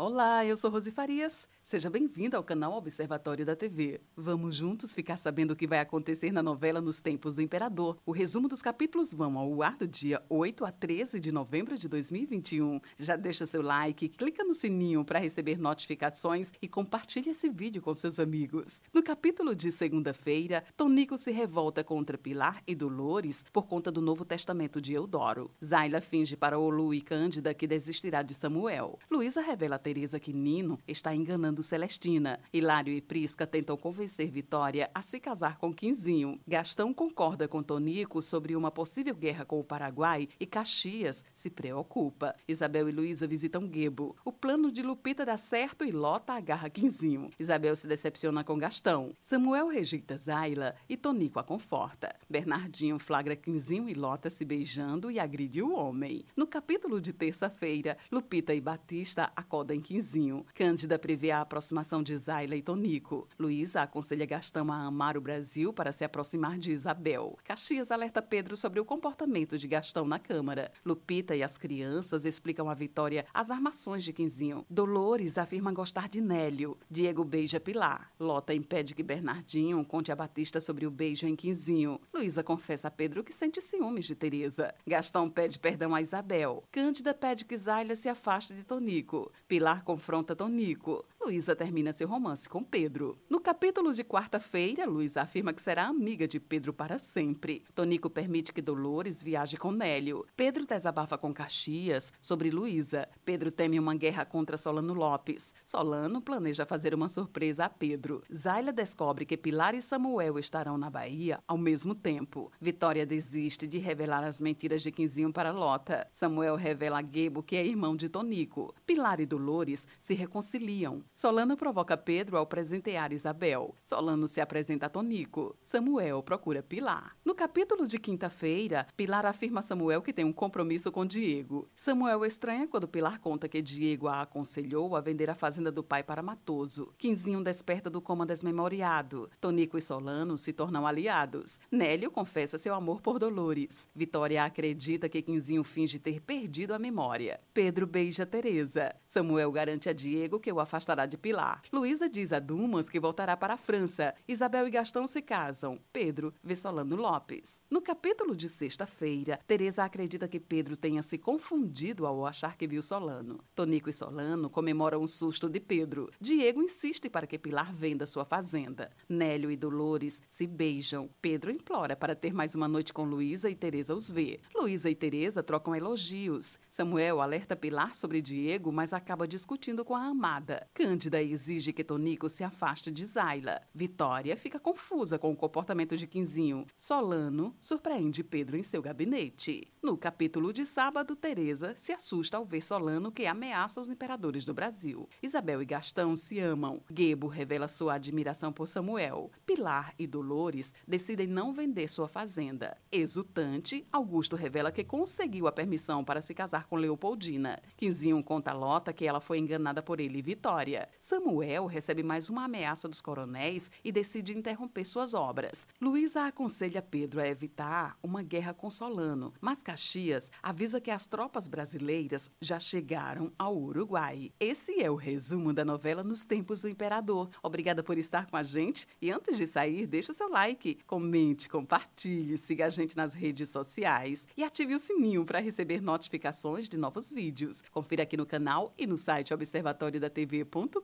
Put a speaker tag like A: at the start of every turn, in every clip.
A: Olá, eu sou Rose Farias. Seja bem-vinda ao canal Observatório da TV. Vamos juntos ficar sabendo o que vai acontecer na novela Nos Tempos do Imperador. O resumo dos capítulos vão ao ar do dia 8 a 13 de novembro de 2021. Já deixa seu like, clica no sininho para receber notificações e compartilhe esse vídeo com seus amigos. No capítulo de segunda-feira, Tonico se revolta contra Pilar e Dolores por conta do Novo Testamento de Eudoro. Zayla finge para Olu e Cândida que desistirá de Samuel. Luísa revela a Teresa que Nino está enganando Celestina. Hilário e Prisca tentam convencer Vitória a se casar com Quinzinho. Gastão concorda com Tonico sobre uma possível guerra com o Paraguai e Caxias se preocupa. Isabel e Luísa visitam Gebo. O plano de Lupita dá certo e Lota agarra Quinzinho. Isabel se decepciona com Gastão. Samuel rejeita Zayla e Tonico a conforta. Bernardinho flagra Quinzinho e Lota se beijando e agride o homem. No capítulo de terça-feira, Lupita e Batista acodam Quinzinho. Cândida prevê a aproximação de Zayla e Tonico. Luísa aconselha Gastão a amar o Brasil para se aproximar de Isabel. Caxias alerta Pedro sobre o comportamento de Gastão na Câmara. Lupita e as crianças explicam a Vitória as armações de Quinzinho. Dolores afirma gostar de Nélio. Diego beija Pilar. Lota impede que Bernardinho conte a Batista sobre o beijo em Quinzinho. Luísa confessa a Pedro que sente ciúmes de Teresa. Gastão pede perdão a Isabel. Cândida pede que Zayla se afaste de Tonico. Pilar confronta Tonico. Luísa termina seu romance com Pedro. No capítulo de quarta-feira, Luísa afirma que será amiga de Pedro para sempre. Tonico permite que Dolores viaje com Nélio. Pedro desabafa com Caxias sobre Luísa. Pedro teme uma guerra contra Solano Lopes. Solano planeja fazer uma surpresa a Pedro. Zayla descobre que Pilar e Samuel estarão na Bahia ao mesmo tempo. Vitória desiste de revelar as mentiras de Quinzinho para Lota. Samuel revela a Gebo que é irmão de Tonico. Pilar e Dolores se reconciliam. Solano provoca Pedro ao presentear Isabel. Solano se apresenta a Tonico. Samuel procura Pilar. No capítulo de quinta-feira, Pilar afirma a Samuel que tem um compromisso com Diego. Samuel estranha quando Pilar conta que Diego a aconselhou a vender a fazenda do pai para Matoso. Quinzinho desperta do coma desmemoriado. Tonico e Solano se tornam aliados. Nélio confessa seu amor por Dolores. Vitória acredita que Quinzinho finge ter perdido a memória. Pedro beija Teresa. Samuel garante a Diego que o afastará de Pilar. Luísa diz a Dumas que voltará para a França. Isabel e Gastão se casam. Pedro vê Solano Lopes. No capítulo de sexta-feira, Teresa acredita que Pedro tenha se confundido ao achar que viu Solano. Tonico e Solano comemoram o susto de Pedro. Diego insiste para que Pilar venda sua fazenda. Nélio e Dolores se beijam. Pedro implora para ter mais uma noite com Luísa e Teresa os vê. Luísa e Teresa trocam elogios. Samuel alerta Pilar sobre Diego, mas acaba discutindo com a amada. Cândida exige que Tonico se afaste de Zayla. Vitória fica confusa com o comportamento de Quinzinho. Solano surpreende Pedro em seu gabinete. No capítulo de sábado, Teresa se assusta ao ver Solano que ameaça os imperadores do Brasil. Isabel e Gastão se amam. Gebo revela sua admiração por Samuel. Pilar e Dolores decidem não vender sua fazenda. Exultante, Augusto revela que conseguiu a permissão para se casar com Leopoldina. Quinzinho conta a Lota que ela foi enganada por ele e Vitória. Samuel recebe mais uma ameaça dos coronéis e decide interromper suas obras. Luísa aconselha Pedro a evitar uma guerra com Solano, mas Caxias avisa que as tropas brasileiras já chegaram ao Uruguai. Esse é o resumo da novela Nos Tempos do Imperador. Obrigada por estar com a gente e antes de sair, deixa o seu like, comente, compartilhe, siga a gente nas redes sociais e ative o sininho para receber notificações de novos vídeos. Confira aqui no canal e no site observatoriodatv.com.br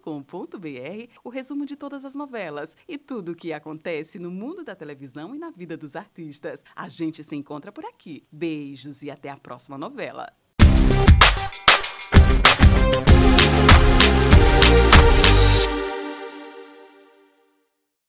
A: o resumo de todas as novelas e tudo o que acontece no mundo da televisão e na vida dos artistas. A gente se encontra por aqui. Beijos e até a próxima novela.